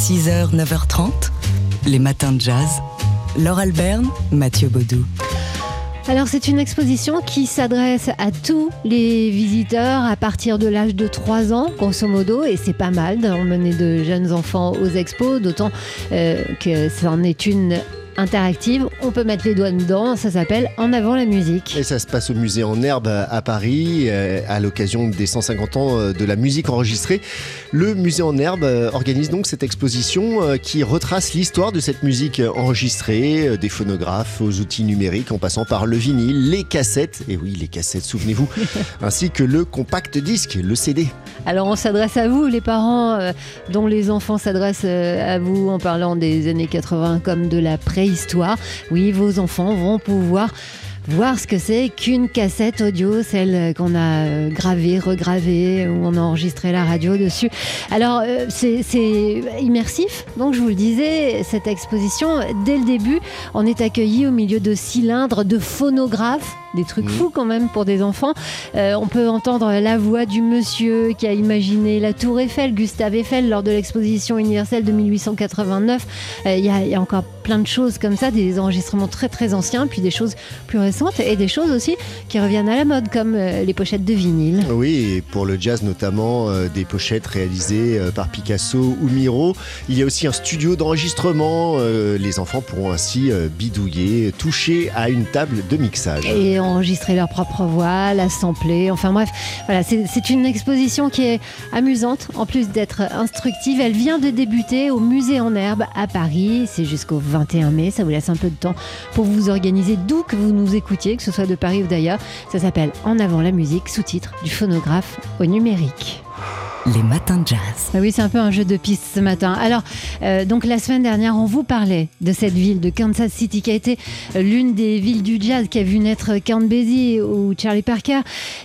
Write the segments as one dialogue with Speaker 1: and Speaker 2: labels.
Speaker 1: 6h, 9h30, les matins de jazz. Laure Alberne, Mathieu Baudou.
Speaker 2: Alors c'est une exposition qui s'adresse à tous les visiteurs à partir de l'âge de 3 ans, grosso modo, et c'est pas mal d'emmener de jeunes enfants aux expos, d'autant que c'en est une interactive, on peut mettre les doigts dedans, ça s'appelle En avant la musique.
Speaker 3: Et ça se passe au musée En Herbe à Paris, à l'occasion des 150 ans de la musique enregistrée. Le musée En Herbe organise donc cette exposition qui retrace l'histoire de cette musique enregistrée, des phonographes aux outils numériques, en passant par le vinyle, les cassettes, et oui les cassettes, souvenez-vous, ainsi que le compact disque, le CD.
Speaker 2: Alors on s'adresse à vous, les parents dont les enfants s'adressent à vous en parlant des années 80 comme de la préhistoire. Oui, vos enfants vont pouvoir voir ce que c'est qu'une cassette audio, celle qu'on a gravée, regravée, où on a enregistré la radio dessus. Alors, c'est immersif. Donc, je vous le disais, cette exposition, dès le début, on est accueilli au milieu de cylindres, de phonographes, des trucs fous quand même pour des enfants. On peut entendre la voix du monsieur qui a imaginé la Tour Eiffel, Gustave Eiffel, lors de l'exposition universelle de 1889. Il y a encore plein de choses comme ça, des enregistrements très très anciens, puis des choses plus récentes et des choses aussi qui reviennent à la mode, comme les pochettes de vinyle.
Speaker 3: Oui, et pour le jazz notamment, des pochettes réalisées par Picasso ou Miro. Il y a aussi un studio d'enregistrement. Les enfants pourront ainsi bidouiller, toucher à une table de mixage.
Speaker 2: Et enregistrer leur propre voix, la sampler, enfin bref. Voilà, c'est une exposition qui est amusante, en plus d'être instructive. Elle vient de débuter au musée En Herbe à Paris. C'est jusqu'au 21 mai, ça vous laisse un peu de temps pour vous organiser d'où que vous nous écoutiez, que ce soit de Paris ou d'ailleurs. Ça s'appelle En avant la musique, sous-titre du phonographe au numérique.
Speaker 1: Les matins de jazz.
Speaker 2: Ah oui, c'est un peu un jeu de piste ce matin. Alors, donc la semaine dernière, on vous parlait de cette ville de Kansas City qui a été l'une des villes du jazz qui a vu naître Count Basie ou Charlie Parker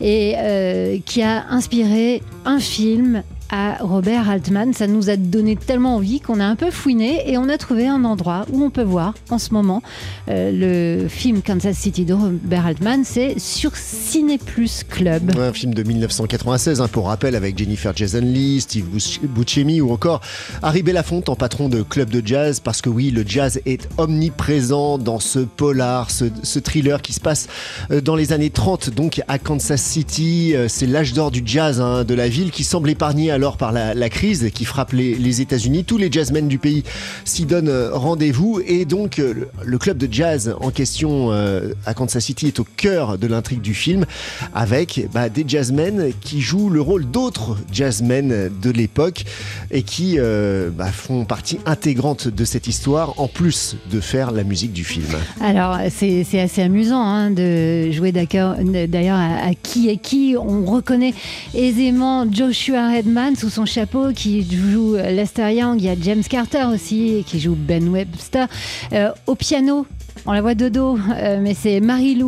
Speaker 2: et qui a inspiré un film à Robert Altman. Ça nous a donné tellement envie qu'on a un peu fouiné et on a trouvé un endroit où on peut voir en ce moment le film Kansas City de Robert Altman. C'est sur Ciné Plus Club.
Speaker 3: Un film de 1996, pour rappel, avec Jennifer Jason Leigh, Steve Buscemi ou encore Harry Belafonte en patron de club de jazz, parce que oui, le jazz est omniprésent dans ce polar, ce thriller qui se passe dans les années 30, donc à Kansas City. C'est l'âge d'or du jazz de la ville qui semble épargné alors par la crise qui frappe les États-Unis. Tous les jazzmen du pays s'y donnent rendez-vous et donc le club de jazz en question à Kansas City est au cœur de l'intrigue du film, avec des jazzmen qui jouent le rôle d'autres jazzmen de l'époque et qui font partie intégrante de cette histoire, en plus de faire la musique du film.
Speaker 2: Alors c'est assez amusant de jouer d'ailleurs à qui est qui. On reconnaît aisément Joshua Redman sous son chapeau qui joue Lester Young. Il y a James Carter aussi qui joue Ben Webster. Au piano, on la voit de dos, mais c'est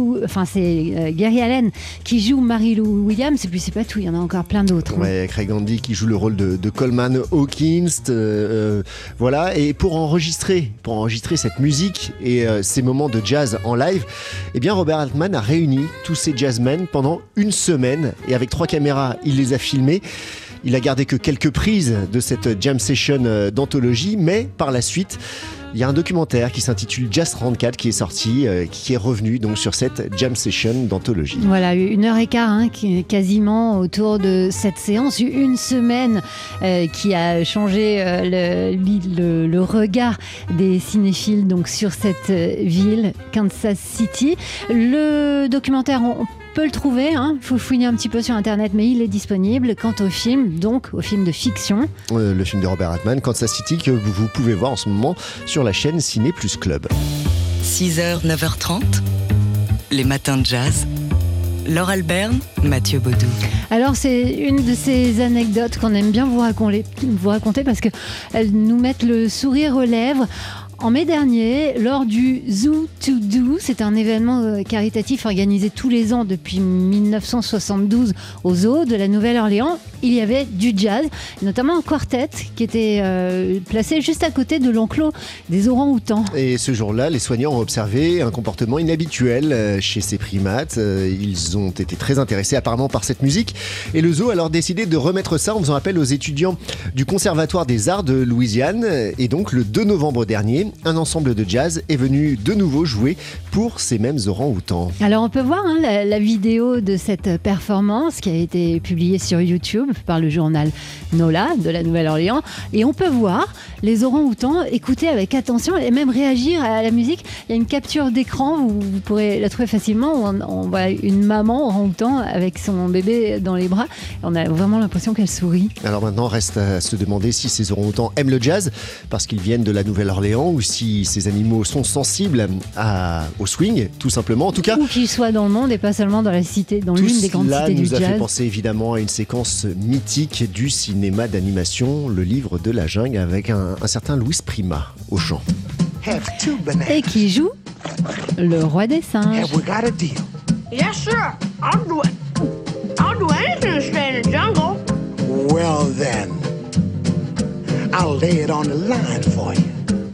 Speaker 2: Gary Allen qui joue Mary-Lou Williams, et puis c'est pas tout, il y en a encore plein d'autres.
Speaker 3: Ouais, Craig Andy qui joue le rôle de Coleman Hawkins, voilà. Et pour enregistrer cette musique et ces moments de jazz en live, Robert Altman a réuni tous ces jazzmen pendant une semaine, et avec 3 caméras, il les a filmés. Il a gardé que quelques prises de cette jam session d'anthologie, mais par la suite, il y a un documentaire qui s'intitule Jazz 34 qui est sorti, qui est revenu donc sur cette jam session d'anthologie.
Speaker 2: Voilà, 1h15 quasiment autour de cette séance, une semaine qui a changé le regard des cinéphiles donc sur cette ville, Kansas City. Le documentaire, on peut le trouver, il faut fouiner un petit peu sur internet, mais il est disponible. Quant au film, donc au film de fiction,
Speaker 3: le film de Robert Altman, Kansas City, que vous pouvez voir en ce moment sur la chaîne Ciné Plus Club.
Speaker 1: 6h, 9h30, les matins de jazz. Laure Alberne, Mathieu Baudou.
Speaker 2: Alors c'est une de ces anecdotes qu'on aime bien vous raconter parce qu'elles nous mettent le sourire aux lèvres En mai dernier, lors du Zoo to Do, c'est un événement caritatif organisé tous les ans depuis 1972 au Zoo de la Nouvelle-Orléans, il y avait du jazz, notamment un quartet qui était placé juste à côté de l'enclos des orang-outans.
Speaker 3: Et ce jour-là, les soignants ont observé un comportement inhabituel chez ces primates. Ils ont été très intéressés apparemment par cette musique. Et le zoo a alors décidé de remettre ça en faisant appel aux étudiants du Conservatoire des Arts de Louisiane. Et donc le 2 novembre dernier, un ensemble de jazz est venu de nouveau jouer pour ces mêmes orang-outans.
Speaker 2: Alors on peut voir la vidéo de cette performance qui a été publiée sur YouTube par le journal NOLA de la Nouvelle-Orléans. Et on peut voir les orang-outans écouter avec attention et même réagir à la musique. Il y a une capture d'écran, vous pourrez la trouver facilement, où on voit une maman orang-outan avec son bébé dans les bras. On a vraiment l'impression qu'elle sourit.
Speaker 3: Alors maintenant, reste à se demander si ces orang-outans aiment le jazz parce qu'ils viennent de la Nouvelle-Orléans ou si ces animaux sont sensibles au swing, tout simplement. En tout cas,
Speaker 2: où qu'ils soient dans le monde et pas seulement dans la cité, dans l'une des grandes cités du jazz.
Speaker 3: Tout cela nous a fait penser évidemment à une séquence mythique du cinéma d'animation, Le Livre de la Jungle, avec un certain Louis Prima au chant.
Speaker 2: Et qui joue le roi des singes.
Speaker 4: Yes, sir. I'll do it. I'll do anything to stay in the jungle.
Speaker 5: Well, then, I'll lay it on the line for you.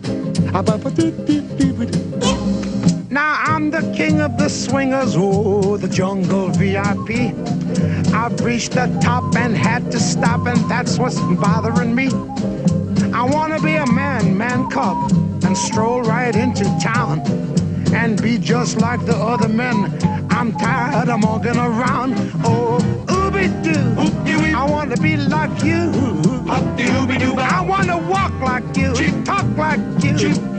Speaker 5: Now I'm the king of the swingers, oh, the jungle VIP. I've reached the top and had to stop, and that's what's bothering me. I wanna be a man cub, and stroll right into town, and be just like the other men. I'm tired of walking around. Oh, ooby-doo, I want to be like you. I want to walk like you, talk like you.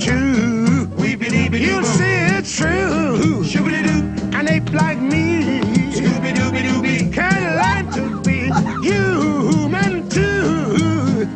Speaker 5: You see it's true. An ape like me can learn to be human too.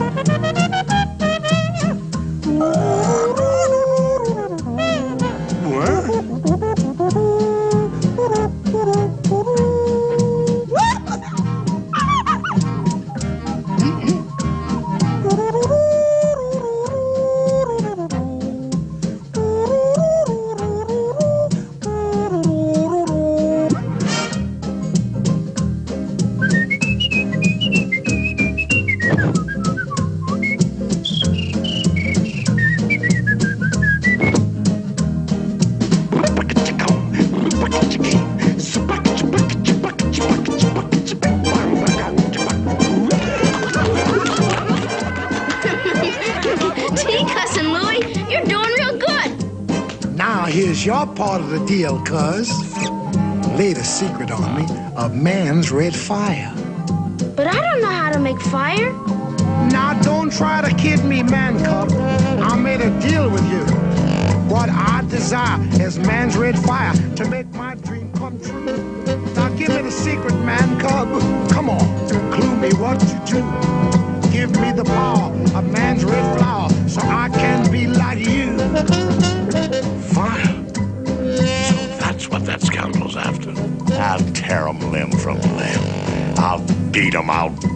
Speaker 5: Here's your part of the deal, cuz. Laid a secret on me of man's red fire.
Speaker 4: But I don't know how to make fire.
Speaker 5: Now don't try to kid me, man cub. I made a deal with you. What I desire is man's red fire to make my dream come true. Now give me the secret, man cub. Come on, clue me what you do. Give me the power of man's red flower so I can be like you. Fire.
Speaker 6: So that's what that scoundrel's after. I'll tear him limb from limb. I'll beat him.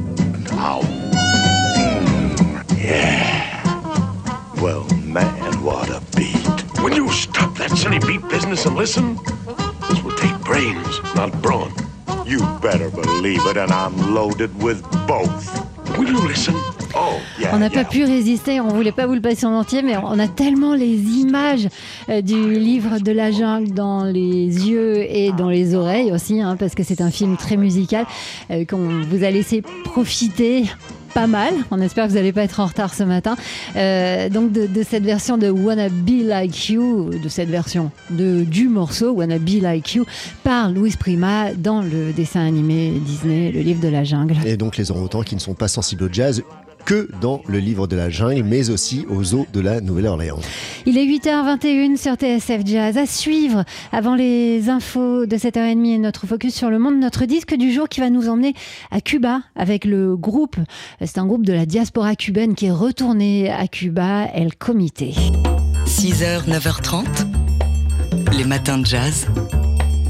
Speaker 6: Yeah. Well, man, what a beat. Will you stop that silly beat business and listen? This will take brains, not brawn. You better believe it, and I'm loaded with both. Will you listen?
Speaker 2: On n'a pas pu résister, on voulait pas vous le passer en entier, mais on a tellement les images du livre de la jungle dans les yeux et dans les oreilles aussi, parce que c'est un film très musical qu'on vous a laissé profiter pas mal. On espère que vous n'allez pas être en retard ce matin. Donc de cette version de Wanna Be Like You, de cette version du morceau Wanna Be Like You par Louis Prima dans le dessin animé Disney, Le Livre de la Jungle.
Speaker 3: Et donc les orang-outans qui ne sont pas sensibles au jazz que dans Le Livre de la Jungle, mais aussi au zoo de la Nouvelle-Orléans.
Speaker 2: Il est 8h21 sur TSF Jazz. À suivre, avant les infos de 7h30 et notre focus sur le monde, notre disque du jour qui va nous emmener à Cuba avec le groupe. C'est un groupe de la diaspora cubaine qui est retourné à Cuba, El Comité.
Speaker 1: 6h, 9h30, les matins de jazz.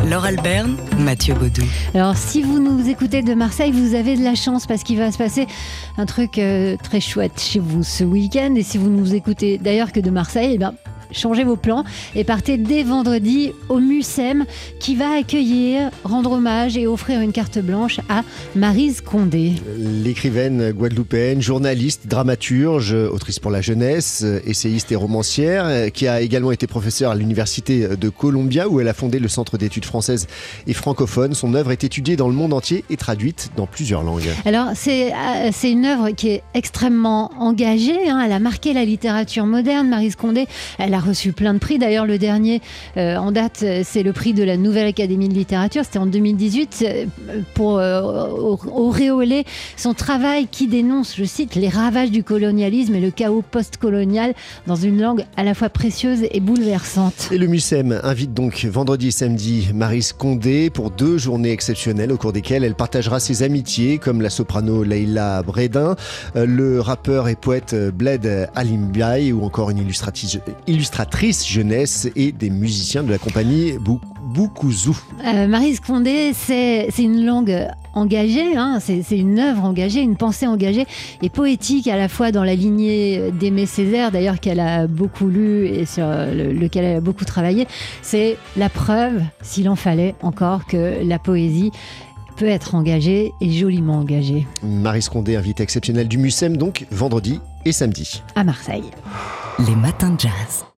Speaker 1: Laure Alberne, Mathieu Baudou.
Speaker 2: Alors si vous nous écoutez de Marseille, vous avez de la chance parce qu'il va se passer un truc très chouette chez vous ce week-end. Et si vous nous écoutez d'ailleurs que de Marseille, eh bien, changez vos plans et partez dès vendredi au Mucem qui va accueillir, rendre hommage et offrir une carte blanche à Maryse Condé.
Speaker 3: L'écrivaine guadeloupéenne, journaliste, dramaturge, autrice pour la jeunesse, essayiste et romancière, qui a également été professeure à l'université de Columbia où elle a fondé le Centre d'études françaises et francophones. Son œuvre est étudiée dans le monde entier et traduite dans plusieurs langues.
Speaker 2: Alors c'est une œuvre qui est extrêmement engagée, hein. Elle a marqué la littérature moderne, Maryse Condé. Elle a reçu plein de prix. D'ailleurs, le dernier en date, c'est le prix de la Nouvelle Académie de littérature. C'était en 2018 pour auréoler son travail qui dénonce, je cite, les ravages du colonialisme et le chaos post-colonial dans une langue à la fois précieuse et bouleversante.
Speaker 3: Et le Mucem invite donc vendredi et samedi Maryse Condé pour 2 journées exceptionnelles au cours desquelles elle partagera ses amitiés comme la soprano Leila Bredin, le rappeur et poète Bled Alimbiaye ou encore une illustratrice jeunesse et des musiciens de la compagnie Boukouzou.
Speaker 2: Maryse Condé, c'est une langue engagée, hein, c'est une œuvre engagée, une pensée engagée et poétique à la fois dans la lignée d'Aimé Césaire, d'ailleurs qu'elle a beaucoup lu et sur lequel elle a beaucoup travaillé. C'est la preuve, s'il en fallait encore, que la poésie peut être engagée et joliment engagée.
Speaker 3: Maryse Condé, invitée exceptionnelle du Mucem, donc vendredi et samedi.
Speaker 2: À Marseille.
Speaker 1: Les matins de jazz.